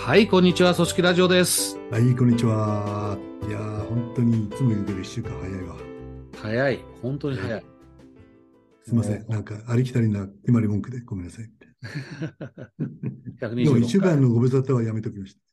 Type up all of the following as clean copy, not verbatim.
はい、こんにちは。組織ラジオです。 はい、こんにちは。いやー、本当にいつも言うけど1週間早いわ。 早い。本当に早い。 早い。もすいません。なんかありきたりな決まり文句でごめんなさい。 う、 でも 126 1週間回。 のご無沙汰はやめときました。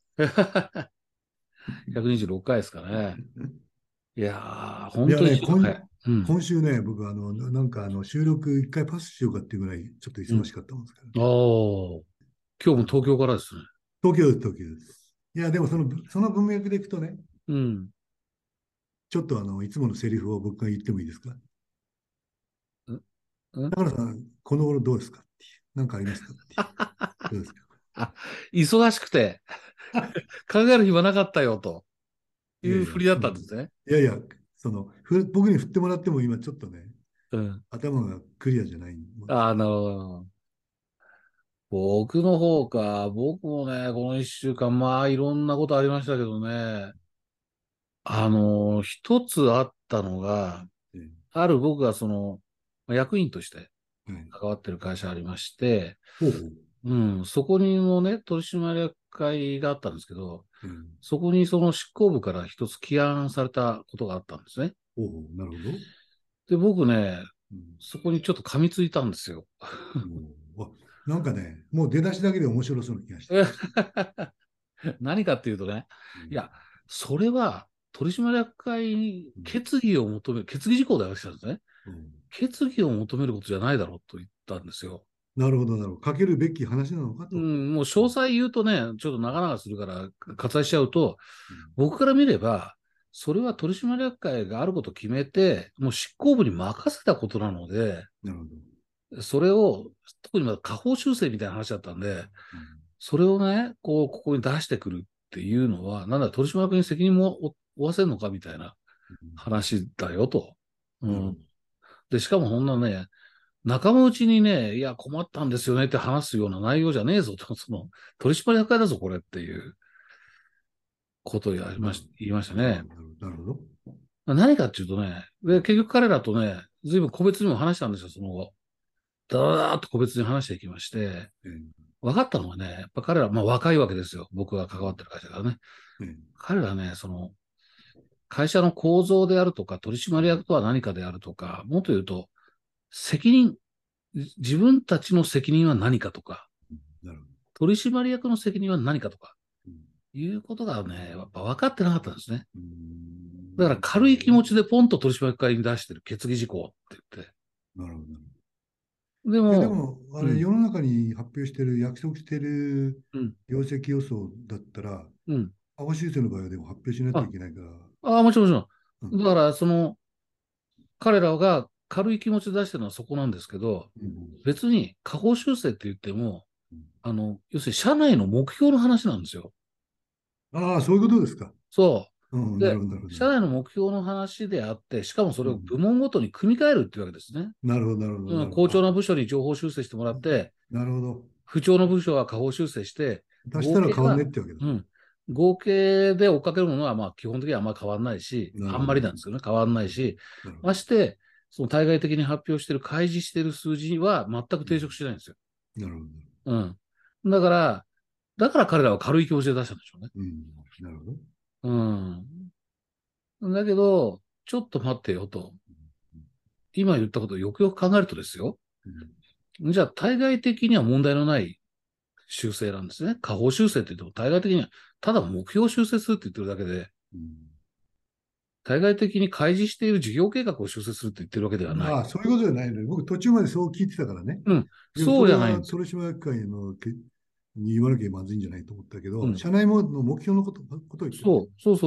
126回ですかね。いやー、本当にいやね、 1週間早い。うん。 今週ね、僕なんか収録一回パスしようかっていうぐらいちょっとうん。 忙しかったんですけど、 おー、今日もあの、 東京からですね。 東京です。いや、でもその文脈でいくとね、 うん。 ちょっといつものセリフを僕が言ってもいいですか？ うんうん高野さん、この頃どうですかっていう。なんかありますかっていう。どうですか？ あ、忙しくて考える暇なかったよといいやいや、 う振りだったんですね。 いやいや、僕に振ってもらっても今ちょっとね、 うん。 頭がクリアじゃないもんですかあの僕の方か、僕もね、この1週間、まあ、いろんなことありましたけどね。一つあったのが、 ら。 ある僕が役員としてはい。 関わってる会社ありまして、 ほうほう。 うん、そこにもね、取締役会があったんですけど、 うん。 そこにその執行部から一つ起案されたことがあったんですね。 ほうほう。なるほど。 で、僕ね、 うん。 そこにちょっと噛みついたんですよ。 なんかね、もう出だしだけで面白そうな気がしてきた。 何かっていうとね、 うん。 いや、それは取締役会にうん。 決議を求める、決議事項であるんですね。 うん。 決議を求めることじゃないだろうと言ったんですよ。 なるほど、なるほど。かけるべき話なのかと。 うん、もううん。 詳細言うとね、ちょっと長々するから割愛しちゃうと、 うん。 僕から見れば、それは取締役会があることを決めて、もう執行部に任せたことなので、 なるほど。 それを、特にまだ下方修正みたいな話だったんで、 うん。 それをね、ここに出してくるっていうのは、なんだ、取締役に責任も負わせるのかみたいなうん。 話だよと。うん。 なるほど。 で、しかもそんなね、仲間内にね、いや、困ったんですよねって話すような内容じゃねえぞと、取締役会だぞ、これっていうことをなるほ言いましたど。ああ、 ね。 なるほど。 何かっていうとね、で、結局彼らとね、随分個別にも話したんですよ、その後。だーっと個別に話していきまして、 ええ。 分かったのはね、やっぱ彼ら、まあ若いわけですよ。僕が関わってる会社からね。 ええ。 彼らね、会社の構造であるとか、取締役とは何かであるとか、もっと言うと、責任、自分たちの責任は何かとか、 うん。なるほ取締役の責任は何かとか、 ど。うん。 いうことがね、やっぱ分かってなかったんですね。 うーん。 だから軽いなるほど。 気持ちでポンと取締役会に出してる決議事項って言って。 なるほど。 ででも、 も、 うん、 世の中に発表してる、約束してるうん、 業績予想だったら、 うん。 青修正の場合はでも発表しないといあ、 けないから、 もちろんもちろん。 うん、 だから、彼らが軽い気持ちで出してるのはそこなんですけど、 うん、 別に下方修正って言っても、 うん。 要するに社内の目標の話なんですよ。 ああ、そういうことですか。 そうん、 う。で、 なるほど、なるほど。 社内の目標の話であって、しかもそれをうん、 部門ごとに組み替えるっていうわけですね。 なるほど、なるほど、 うん、 なるほど。 好調な部署に情報修正してもらって、 なるほど。 不調の部署は下方修正して、 出したら変わんね合計は、 ってわけだ。 うん、合計で追っかけるものは、まあ、基本的にはあんまり変わらないし、あんなるほど、なるほど。 まりなんですけどね、変わらないし、 なるほど。 まして、その対外的に発表している、開示している数字は全く抵触しないんですよ。 なるほど。 うん。だから、だから彼らは軽い気持ちで出したんでしょうね。 うん、なるほど。 うん。だけど、ちょっと待ってよと。今言ったことをよくよく考えるとですよ。 うん、 じゃあ、対外的には問題のない修正なんですね。下方修正って言っても、対外的には、ただ目標を修正するって言ってるだけで、 うん。 対外的に開示している事業計画を修正するって言ってるわけではない。 ああ、そういうことじゃないので、僕途中までそう聞いてたからね。 うん。 でもそそうれはじゃないんですよ。 取締役会に言わなきゃまずいんじゃないと思ったけど、 うん。 社内の目標のことを言ってるわけ。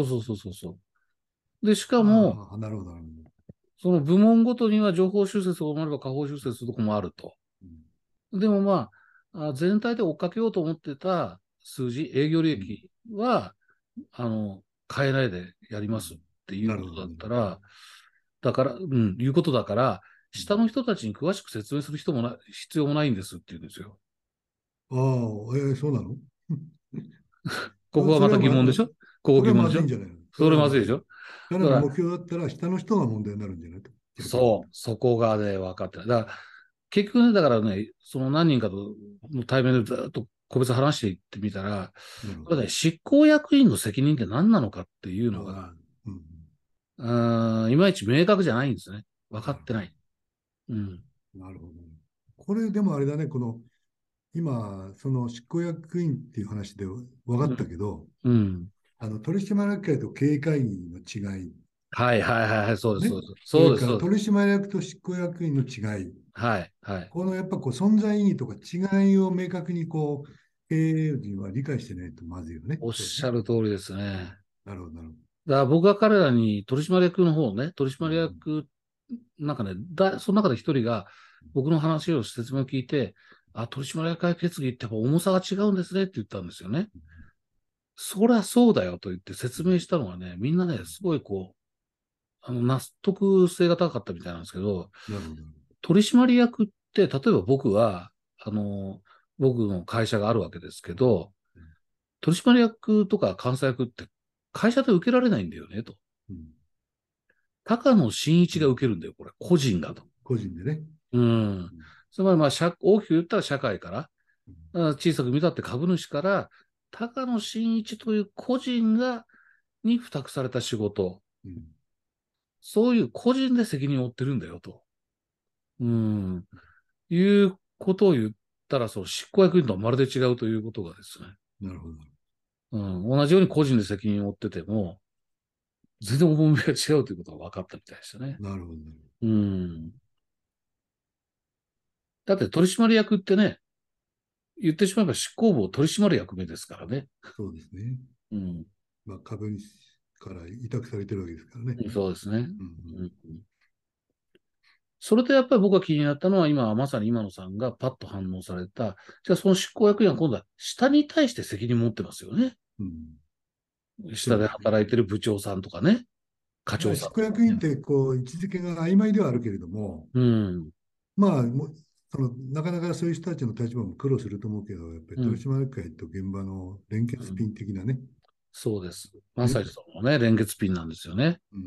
そう。で、しかも、 ああ、なるほど、なるほど。 その部門ごとには情報修正するところもあれば下方修正するところもあると。 うん、 でもま全体で追っかけようと思ってた数字、営業利うん、 益は、変えないでやりうん。 ますっていうなるほど、 ことだなるったら、だから、いうことだから、 ほど。 下の人たちに詳しく説明する人も必要もないんですって言うんですよ。 ああ、そうなの？ ここはまたそれはま、 疑問でしょ。ここそれは疑問でしょ。 まずいんじゃないの？そそれはまずい。 れまずいでしょ。 社内の目だから、 標だったら下の人が問題になるんじゃないと、逆に。 そこがね、分かってない。だから、結局ね、だからね、その何人かとの対面でずっと個別話していってみたら、 なるほど。 これね、執行役員の責任って何なのかっていうああ、 のが、 うん。 いまいち明確じゃないんですね。分かなるほってない。うん。 ど。なるほど。これでもあれだね、今、その執行役員っていう話で分かったうん。 けど、 うん。 取締役会と経営会議の違い、 はいはいはいはい、そうです、そね。 うです。 それそうです、そうです。 から取締役と執行役員の違い、 はい、はい。 このやっぱ存在意義とか違いを明確に経営陣は理解してないとまずいよね。 おっこれね。 しゃる通りですね。 なるほど、なるほど。 だから僕が彼らに取締役の方ね、取締うん、 役、なんかね、その中で一人が僕の話を説明を聞いて、あ、取締役会決議ってやっぱ重さが違うんですねって言ったんですよね。そりゃそうだよと言って説明したのがね、みんなね、すごい納得性が高かったみたいなんですけど、 なるほど。 取締役って、例えば僕は、あの、僕の会社があるわけですけど、取締役とか監査役って会社で受けられないんだよね、と。 うん、 高野真一がうん、 受けるんだよ、これ。個人がと。 個人でね。 うん。 うん、 つまり、まあ、大きく言ったら社会から、 うん、 小さく見たって株主から、高野真一という個人に付託された仕事、 うん、 そういう個人で責任を負ってるんだよ、と。うん。いうことを言ったら、その執行役員とはまるで違うということがですね。 なるほど。 うん。同じように個人で責任を負ってても、全然重みが違うということが分かったみたいでしたね。 なるほど。 うん。だって取締役ってね、言ってしまえば執行部を取り締まる役目ですからね。 そうですね。 うん。 まあ、株主から委託されてるわけですからね。 そうですね。 うん、 うん。それとやっぱり僕が気になったのは、今、まさに今野さんがパッと反応された、じゃあその執行役員は今度は下に対して責任持ってますよね。 うん、そ下でうですね。 働いてる部長さんとかね、課長さんまあ執行とかね。 役員って位置づけが曖昧ではあるけれども、 うん。 まあ、なかなかそういう人たちの立場も苦労すると思うけど、やっぱり取うん。 締役会と現場の連うん。 結ピン的なね、 そうです。まね、 さにそのね、連結ピンなんですよね。 うん、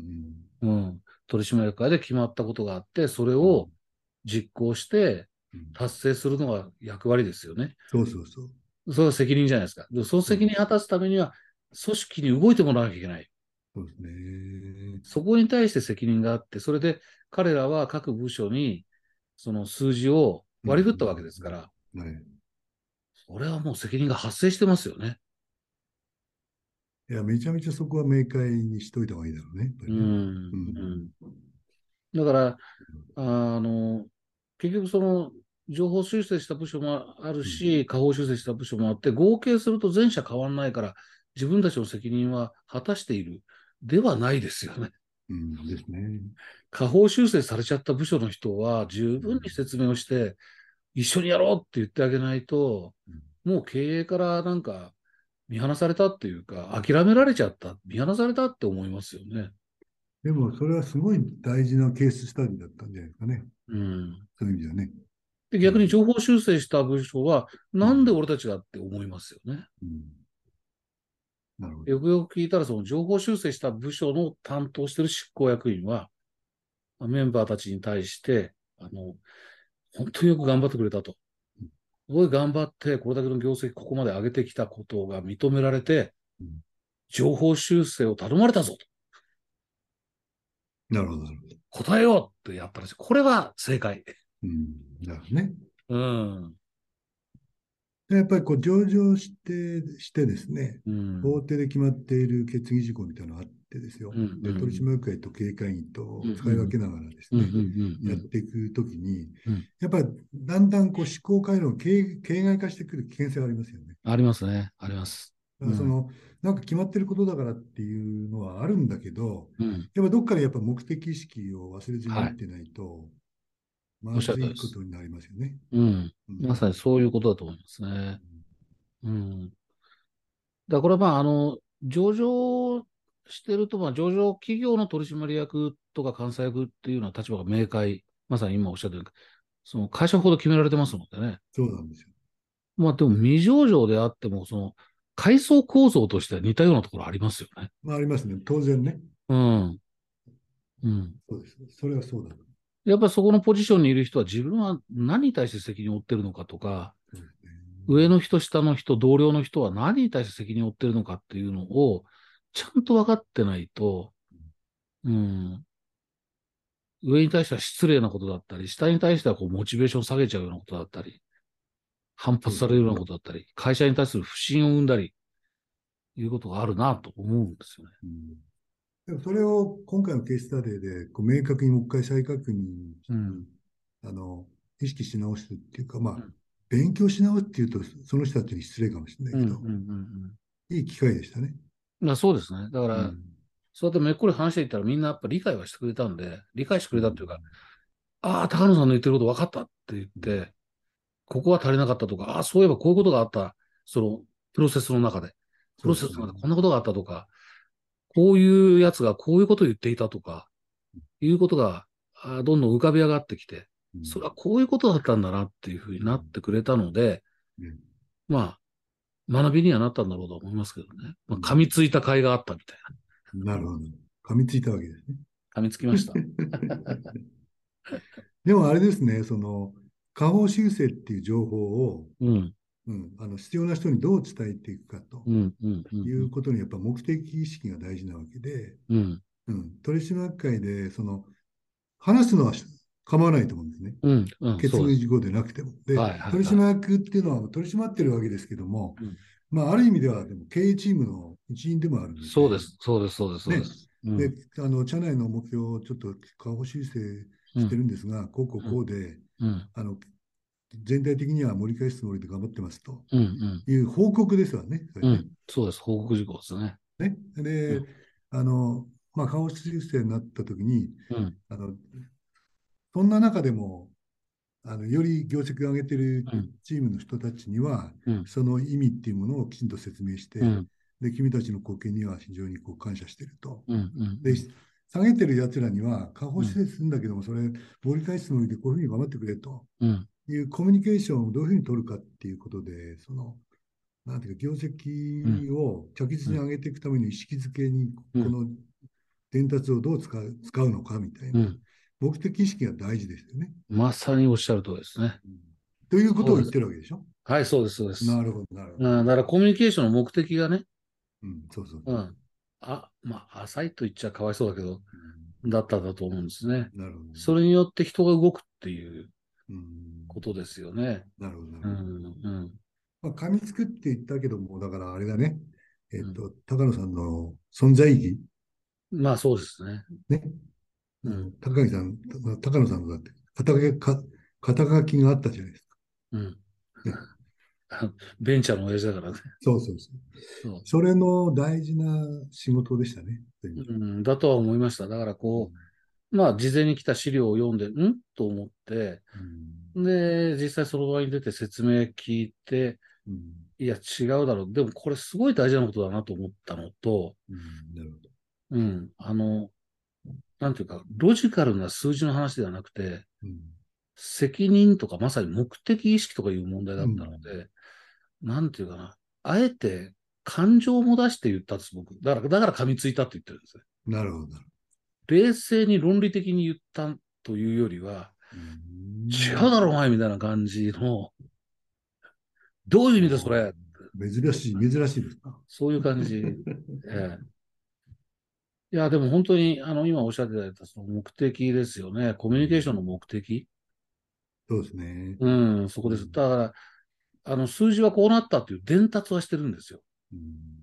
うん。取締役会で決まったことがあって、それうん、 を実行してうん、 達成するのが役割ですよね。 そうそうそう、 それは責任じゃないですか。でそのそうです、 責任を果たすためには、組織に動いてもらわなきゃいけない。 そうですね。 そこに対して責任があって、それで彼らは各部署にその数字をうん、 割り振ったわけですから、 うん、はい。 それはもう責任が発生してますよね。 いや、めちゃめちゃそこは明快にしといた方がいいだろうね、やっぱうりね。うん。うん、 ん。だから、あの、結局その、情報修正した部署もあるうん、 し、下方修正した部署もあって、合計すると全社変わらないから、自分たちの責任は果たしているではないですよね。 うん、ですね。 下方修正されちゃった部署の人は十うん、 分に説明をして、一緒にやろうって言ってあげないと、 うん、 もう経営からなんか見放されたっていうか、諦められちゃった、見放されたって思いますよね。 でも、それはすごい大事なケーススタディだったんじゃないですかね。 うん。 そういう意味ではね。 で、 うん、 逆に情報修正した部署は、なんでうん、 俺たちがって思いますよね。 うん、なるほど。 よくよく聞いたら、その情報修正した部署の担当している執行役員は、メンバーたちに対して、本当によく頑張ってくれたと。すごい頑張って、これだけの業績ここまで上げてきたことが認められて、 うん、 情報修正を頼まれたぞと。 なるほど、なるほど。 答えようってやったらしい。これは正解。 うん、なるほどね。 うん。 でやっぱり上場してですね、 うん。 法廷で決まっている決議事項みたいなのがあってですよ。 うん。うで、取ん。 締役会と経営会議とうん。 使い分けながらですうん。うん。 ね、 うん。 やっていくときに、 うん。 やっぱりだんだん思考回路が形骸化してくる危険性がありますよね。 ありますね。あります。うん。 だからなんか決まってることだからっていうのはあるんだけど、 うん。 やっぱどっかでやっぱ目的意識を忘れずに持はい。 ってないと、 おっしゃるまずい通りです。 ことになりますよね。 うん。 うん。 まさにそういうことだと思いますね。うん。だからこれは上場してると、上場企業の取締役とか監査役っていうのは立場が明快。まさに今おっしゃったように、その会社法で決められてますのでね。 そうなんですよ。 でも未上場であっても、その階層構造としては似たようなところありますよね。 まあ、ありますね。当然ね。 うん。うん。 そうです。それはそうだ。 やっぱりそこのポジションにいる人は自分は何に対して責任を負ってるのかとか、 そうですね。 上の人、下の人、同僚の人は何に対して責任を負ってるのかっていうのを、ちゃんと分かってないと、うん、上に対しては失礼なことだったり、下に対してはこうモチベーションを下げちゃうようなことだったり、反そうですね。 発されるようなことだったり、会社に対する不信を生んだり、いうことがあるなと思うんですよね。 うん、でもそれを今回のケーススタディでこう明確にもう一回再確認うん。 にあの意識し直すっていうか、まあ、 うん。 勉強し直すっていうと、その人たちに失礼かもしれなうん。うん。 いけど、 うん。 いい機会でしたね。 まあそうですね。だから、 うん。 そうやってめっこり話していったらみんなやっぱ理解はしてくれたんで、理解してくうん。 れたっていうか、ああ、高野さんの言ってること分かったって言っうん。 て、ここは足りなかったとか、ああ、そういえばこういうことがあった、その、プロセスの中で、プロセスそうですね。 の中でこんなことがあったとか、こういうやつがこういうことを言っていたとか、いうことが、どんどん浮かび上がってきて、 うん。 それはこういうことだったんだなっていうふうになってくれたので、 ね。 まあ、学びにはなったんだろうと思いますけどね。まあ、噛みうん。 ついた甲斐があったみたいな。 なるほど。噛みついたわけですね。 噛みつきました。 でもあれですね、その、下方修正っていう情報を、 うん、 必要な人にどう伝えていくかとうん、うん、うん、 いうことに、やっぱ目的意識が大事なわけで、 うん、 取締役会で、話すのは構わないと思うんですね。 うん、うん、 決そうです。 議事項でなくても。で、 はい、はい、 取はい。 締役っていうのは取り締まってるわけですけども、 うん、 まあ、ある意味ではでも経営チームの一員でもあるので、 そうです、そうです、そうです、そうでね、 す。うで、 ん、 社内の目標をちょっと下方修正してうん、 るんですが、こうこううん、 こうで、 うん、 あの、全体的には盛り返すつもりで頑張ってますとうん、 いう報告ですわね、それね。 うん、そうです。報告事項ですね。 ね。で、 うん、 まあ、下方修正になったときに、 うん、 あの、そんな中でも、より業績を上げているうん、 チームの人たちには、 うん、 その意味っていうものをきちんと説明して、 うん、 で、君たちの貢献には非常にこう感謝していると。 うん、うで、 ん、 下げてるやつらには、下方うん、 修正するんだけども、それ、盛り返すつもりでこういうふうに頑張ってくれとうん、 いうコミュニケーションをどういうふうに取るかっていうことで、なんていうか、業うん、 績を着実にうん、 上げていくための意識づけに、 うん、 この伝達をどう使うのかみたいな、 うん。 目的意識が大事ですよね。 まさにおっしゃる通りですね。 うん、ということを言っそうです。 てるわけでしょ。 はい、そうです、そうです。 なるほど、なるほど。 うん、だからコミュニケーションの目的がね、 うん、そうそうそうそうん。まあ、浅いと言っちゃかわいそうだけど、 う。うん、 だったんだと思うんですね。 なるほど。 それによって人が動くっていううん、 ことですよね。 なるほど、なるほど。 うん、うん、 まあ、噛みつくって言ったけども、だからあれだね。 うん。 高野さんの存在意義、 まあ、そうですね。 ね。 うん、 高野さんのだって、肩書きがあったじゃないですか。 うん。 ね。 ベンチャーの親父だからね。 そうそうそう。 そそれの大事な仕事でしたね。そういう意う。 味で。 うん、だとは思いました。だからうん。 まあ、事前に来た資料を読んで、と思って、 うん。 で、実際その場に出て説明聞いて、 うん。 いや、違うだろう。でもこれすごい大事なことだなと思ったのと、 うん、なるほど。 うん、なんていうか、ロジカルな数字の話ではなくて、 うん。 責任とかまさに目的意識とかいう問題だったのうん。 で、なんていうかな、あえて感情も出して言ったんです、僕。だから噛みついたって言ってるんですね。 なるほど。なるほど。 冷静に論理的に言ったというよりは、 う違ん。 うだろ、お前みたいな感じの、どういう意味だ、そあれ。 あ、珍しいですか。 そういう感じ。ええ、いや、でも本当に、今おっしゃっていただいたその目的ですよね。コうん。 ミュニケーションの目的。 そうですね。 うん、そこです。 うん。 だから、数字はこうなったっていう伝達はしてるんですよ。 うん。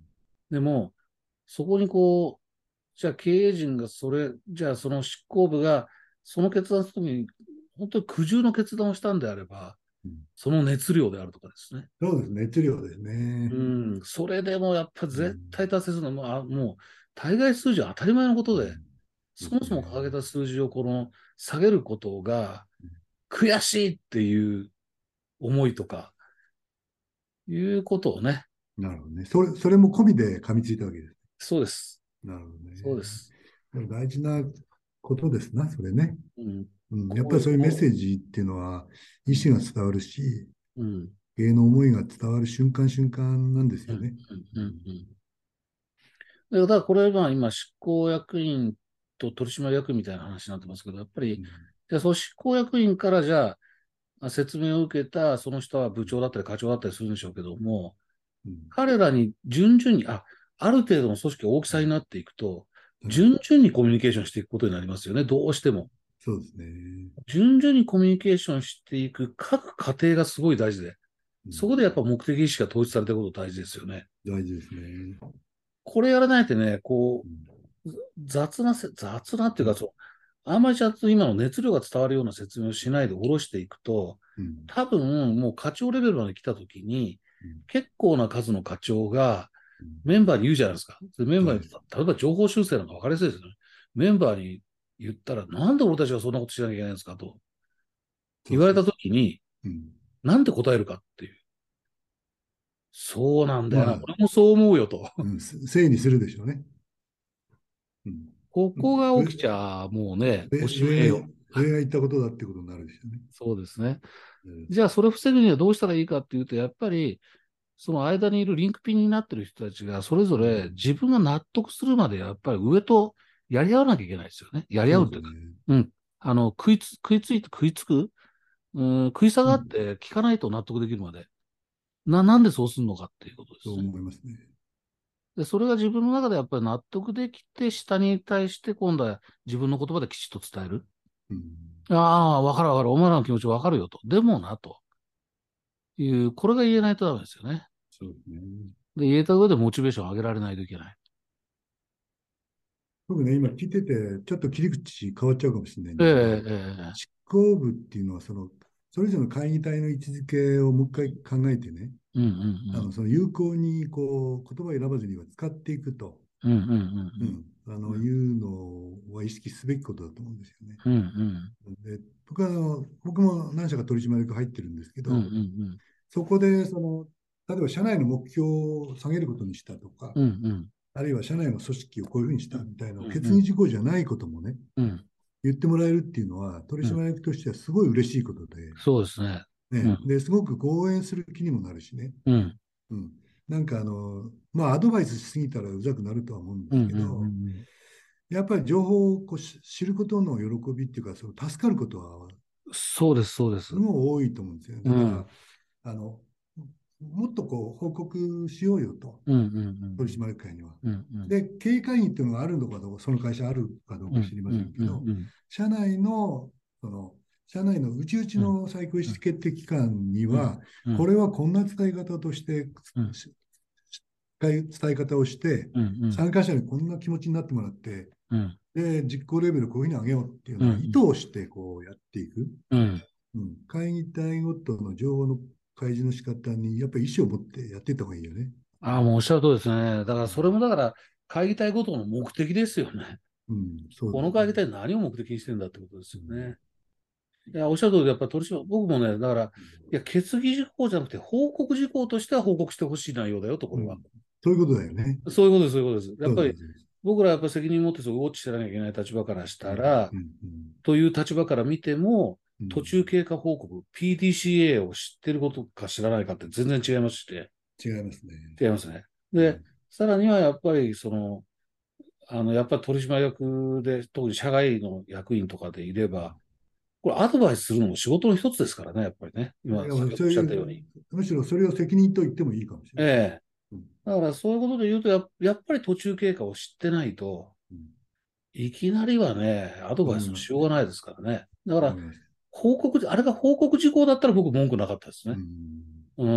でも、そこにじゃあ経営陣がじゃあその執行部がその決断するときに、本当に苦渋の決断をしたんであれば、 うん、 その熱量であるとかですね。 そうですね。熱量ですね。 うん、それでもやっぱうん。 絶対達成するのは、もう、対外数字は当たり前のことで、 うん、そうですそもそも掲げね。 た数字を下げることが悔しいっていう思いとか、いうことをね。 なるほどね。それも込みで噛みついたわけです。 そうです。 なるほどね。 そうです。 大事なことですな、それね。 うん。 うん。やっこういう、 ぱりそういうメッセージっていうのは、意思が伝わるし、 うん。 経営の思いが伝わる瞬間瞬間なんですうん。 よね。 うん。うん。うん。だからこれは今、執行役員と取締役みたいな話になってますけど、やっぱり、 うん。 じゃあ、そう執行役員からじゃあ、 説明を受けたその人は部長だったり課長だったりするんでしょうけども、 うん。 彼らに順々に、ある程度の組織大きさになっていくと、 はい。 順々にコミュニケーションしていくことになりますよね、どうしても。 そうですね。 順々にコミュニケーションしていく各過程がすごい大事で、 うん。 そこでやっぱ目的意識が統一されていること大事ですよね。 大事ですね。 これやらないとね、 うん。 雑なっていうか、 うん。 あんまりちゃんと今の熱量が伝わるような説明をしないで下ろしていくと、 うん。 多分もう課長レベルまで来たときに、 うん。 結構な数の課長がうん。 メンバーに言うじゃないですか。でメンバーに、 はい。 例えば情報修正なんか分かりやすいですよね。メンバーに言ったら、なんで俺たちがそんなことしなきゃいけないんですかと言われたそうそうそときに、 う。うん。 なんて答えるかっていう。そうなんだよな。 まあ、 俺もそう思うよと。 うん、整理するでしょうね。うん。 ここが上、 起きちゃ、もうね、 上、 おしめよ。 上が言ったことだってことになるでしょうね。 そうですね。 うん。 じゃあ、それを防ぐにはどうしたらいいかっていうと、やっぱり、その間にいるリンクピンになってる人たちが、それぞうん。 れ自分が納得するまで、やっぱり上とやり合わなきゃいけないですよね。やりそうですよね。 合うというか、うん。食いつく、食い下うん。 がって聞かないと納得できるまで。なんでそうするのかっていうことでそうすね。 思いますね。 で、それが自分の中でやっぱり納得できて、下に対して今度は自分の言葉できちっと伝える。 うん。 ああ、わかるわかる。お前らの気持ちわかるよと。でもな、という、これが言えないとダメですよね。 そうですね。 で、言えた上でモチベーションを上げられないといけない。 僕ね、今聞いてて、ちょっと切り口変わっちゃうかもしれないんえですが、 え、 執行部っていうのは、それぞれの会議体の位置づけをもう一回考えてね、 うんうんその有効に言葉を選ばずには使っていくと、 うん。うんうんうんうん。 いうのは意識すべきことだと思うんですよね。 うんうんで、僕も何社か取締役入ってるんですけうんうど、 んそこで例えば社内の目標を下げることにしたとか、 うんうんあるいは社内の組織をこういうふうにしうんたみたいな決議うん事項じゃないこともね、 うん言ってもらえるっていうのは、取うん。 締役としてはすごい嬉しいことで、 そうですね。うね、 んで、すごく応援する気にもなるしね。 うんうん。なんかまあ、アドバイスしすぎたらうざくなるとは思うんでうんうすけど、 んやっぱり情報を知ることの喜びっていうか、助かることはうん。そうです、そうです。 すごい多いと思うんですよ。だから、 うんあの、もっと報告しようよと、 うんうん取締役会には。 うんうんで、経営会議っていうのがあるのかどうか、その会社あるかどううんか知りまうんうんせんけど、 うん社内の、その、社内の内々 うんの最高意思決定機関にうんは、 うんこれはこんな伝え方として、 うん伝え方をして、 うん参加者にこんな気持ちになってもらって、 うんで、実行レベルこういうふうに上げようっていうような意図うんをしてこうやっていく。 うん。 うん、会議体ごとの情報の開示の仕方に、やっぱり意思を持ってやっていった方がいいよね。 ああ、もうおっしゃる通りですね。だからそれもだから会議体ごとの目的ですよね。 うん、そうこですね。 の会議体何を目的にしてるんだってことですうん。 よね。いや、おっしゃる通り、やっぱり僕もね、だから、いや、決議事項じゃなくて、報告事項としては報告してほしい内容だよと、こうん、 れは。 そういうことだよね。 そういうことです、そういうことです。やっそうぱり、 そうそう。 僕らやっぱり責任持ってそれをウォッチしてなきゃいけない立場からしうん、 たら、 うん、うん。 という立場から見ても、 うん。 途中経過報告、PDCA を知ってることか知らないかって全然違いますし、 違いますね。 違いますね。で、 うん。 さらにはやっぱり、やっぱり取締役で、特に社外の役員とかでいれば、これアドバイスするのも仕事の一つですからね、やっぱりね。今、 いや、 先ほどおっしゃったように。 むしろそれを責任と言ってもいいかもしれない。 ええ。 うん。 だからそういうことで言うとやっぱり途中経過を知ってないと、 うん。 いきなりはね、アドとバイスの思いますね。 しようがないですからね。だから、 思います。 あれが報告事項だったら僕文句なかったですうね。 ん。 うん。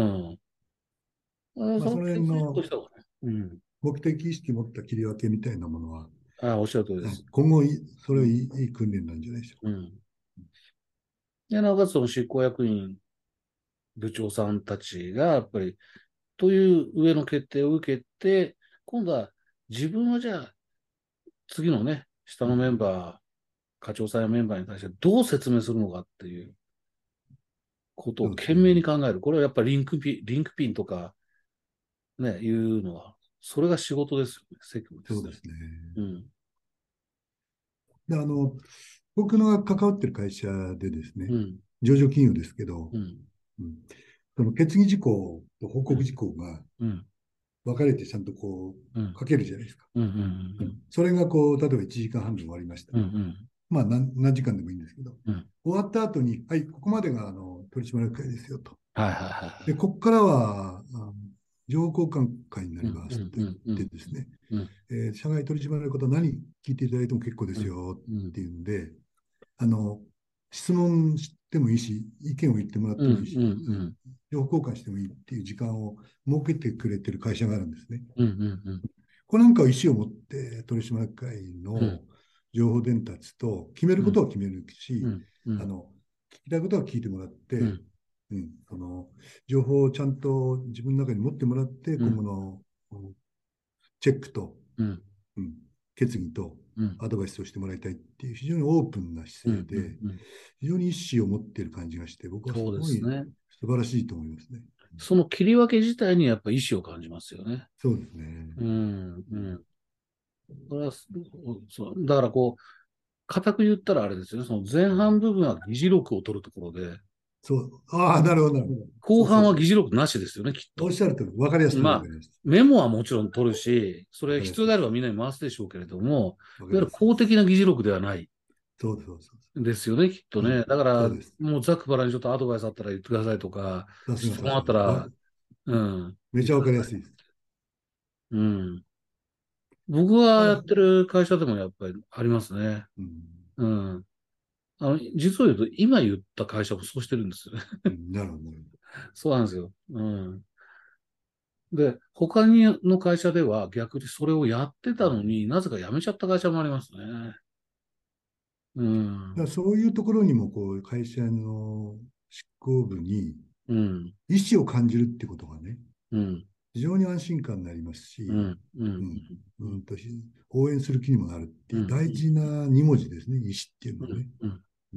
まあ、その辺その決意事項のした方がね。うん。 目的意識を持った切り分けみたいなものは、 おっしゃる通りです。 今後それうん。 はいい訓練なんじゃないでしょうん。で、なおかつその執行役員、部長さんたちが、やっぱり、という上の決定を受けて、今度は自分はじゃあ、次のね、下うか。 のメンバー、課長さんやメンバーに対してどう説明するのかっていうことを懸そうですね。 命に考える。これはやっぱりリンクピンとかね、いうのは、それが仕事ですよね。責務ですね。 そうですね。 うん。 で、僕のが関わってる会社でですね、 うん。 上場企業ですけど、 うん。 うん、その決議事項と報うん。 告事項がうん。 分かれてちゃんとうん。 書けるじゃないですか。 うん。うん。 それが例えば1時間半で終わりました。 うん。 まあ何時間でもいいんですけど、 うん。 終わった後に、はい、ここまでが取締役会ですよと。 はいはいはで、ここからは情報交換会にない。うりんうんますと言っうんうんてですね、 うん社外取締役の方、何聞いていただいても結構でうんすようんっていうんで、あの質問してもいいし、意見を言ってもらっうんうんてもいいし、 うん情報交換してもいいっていう時間を設けてくれてる会社があるんですね。 うんうんこれなんかは意思を持って取締役会のうん情報伝達と決めることは決めるし、 うんうん聞きたいことは聞いてもらって、 うん情報をちゃんと自分の中に持ってもらって、 うん今後のチェックと、 うんうん、決議とうんアドバイスをしてもらいたいっていう非常にオープンなうん姿勢で、 うん。 非常に意思を持っている感じがして、僕はすそうでごいすね。 素晴らしいと思いますね。 その切り分け自体にやっぱ意志を感じますよね。 そうですね。 うんうん。それはそうだからこう、固く言ったらあれですよね。その前半部分は議事録を取るところで、 そう、ああ、なるほど、なるほど。 後半そうそうそう。 は議事録なしですよね、きっと。 おっしゃるとおり、わかりやすくわまあ、 かりやすメモはもちろん取るし、そい。われかりやすいです。 必要であればみんなに回すでしょうけれども、 わかいわゆるりやすいです。 公的な議事録ではないそうそうそうそですよね、きっとう。うね。 ん、 だから、 そうです。 もうざっくばらんにちょっとアドバイスあったら言ってくださいとか、 さすが質問あさすが。 ったら、うん、 めちゃわ言ってください。 かりやすいです。 うん。僕がやってる会社でもやっぱりありますね。 うん、 うん。実を言うと、今言った会社もそうしてるんですよね。 うん、なるほど、なるそうなんですよ。うん。で、他の会社では逆にそれをやってたのになぜか辞めちゃった会社もありますね。うほど。だからん。 そういうところにもこう会社の執行部にうん。 意思を感じるってことがね、 うん。 非常に安心感になりますし、 うん。うん。 うん、 うん。 応援する気にもなるっていううん。 大事な2文字ですね、意思っていううん。 のはね。 うん。 うん、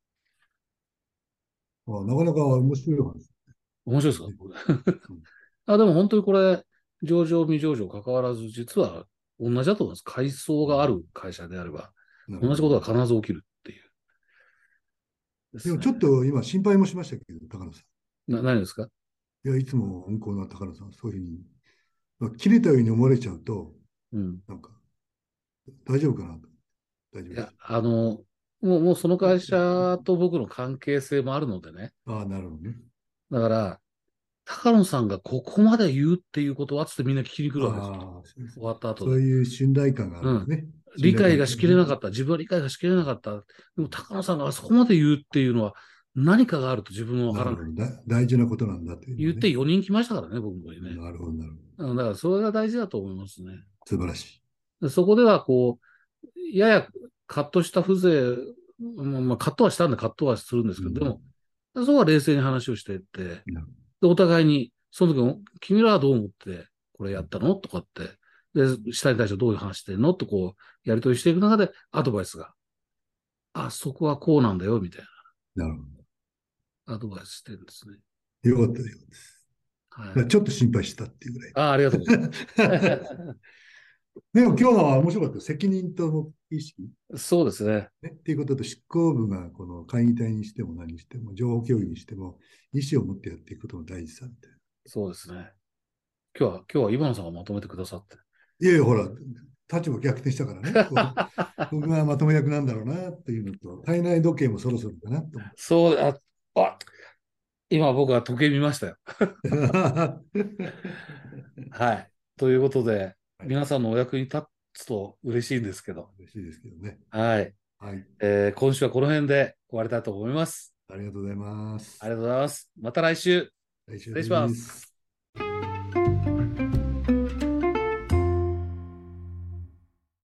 なかなか面白い話で面白いですかすね。 これ？ うん、 でも本当にこれ、上場未上場関わらず、実は同じだと思います。階層がある会社であれば、 なるほど。 同じことが必ず起きるっていうですね。 でもちょっと今心配もしましたけど、高野さ何ですか？ ん。いや、いつも温厚な高野さん、そういうふうに、切れたように思われちゃうと、 うん。 なんか大丈夫かなと。大丈夫いや、 です。 もうその会社と僕の関係性もあるのでね。 ああ、なるほどね。 だから、高野さんがここまで言うっていうことはつってみんな聞きに来るわけですよ。 ああ、 終わった後で。 そういう信頼感があるうん。 んですね。信頼理解がし関係がね。 きれなかった。自分は理解がしきれなかった。でも高野さんがあそこまで言うっていうのは何かがあると自分はわからない。 なるほど。大事なことなんだというのはね。 言って4人来ましたからね、僕もね。 なるほど、なるほど。 だからそれが大事だと思いますね。 素晴らしい。 でそこではこう、ややカットした風情、カットはしたんでカットはするんですけど、でうん、 も、そこは冷静に話をしていって、 なるで、お互いに、その時も、君らはどう思ってこれやったのとかって、で、下に対してどういう話してんのとこう、やり取りしていく中で、アドバイスが、そこはこうなんだよ、みたいなるほなアドバイスしてるんですね。 ど。よかったようです。 はい。 ちょっと心配したっていうぐらい。 ありがとうございまでも今日のは面白かった。責任と目的意識、 す。そうですね。 ね、っていうことと執行部がこの会議体にしても何にしても情報共有にしても意思を持ってやっていくことの大事さみたいな。 そうですね。今日はイバンさんがまとめてくださって。 いやいや、ほら、立場逆転したからね。僕がまとめ役なんだろうなっていうのと、体内時計もそろそろかなと思って。 そう、あ、今僕は時計見ましたよ。 ははい。ということで、 い、 皆さんのお役に立つと嬉しいんですけど。 嬉しいですけどね。 はい。 はい、 今週はこの辺で終わりたいと思います。 ありがとうございまありす。 がとうございます。また来週。 来週失礼しまです。 す。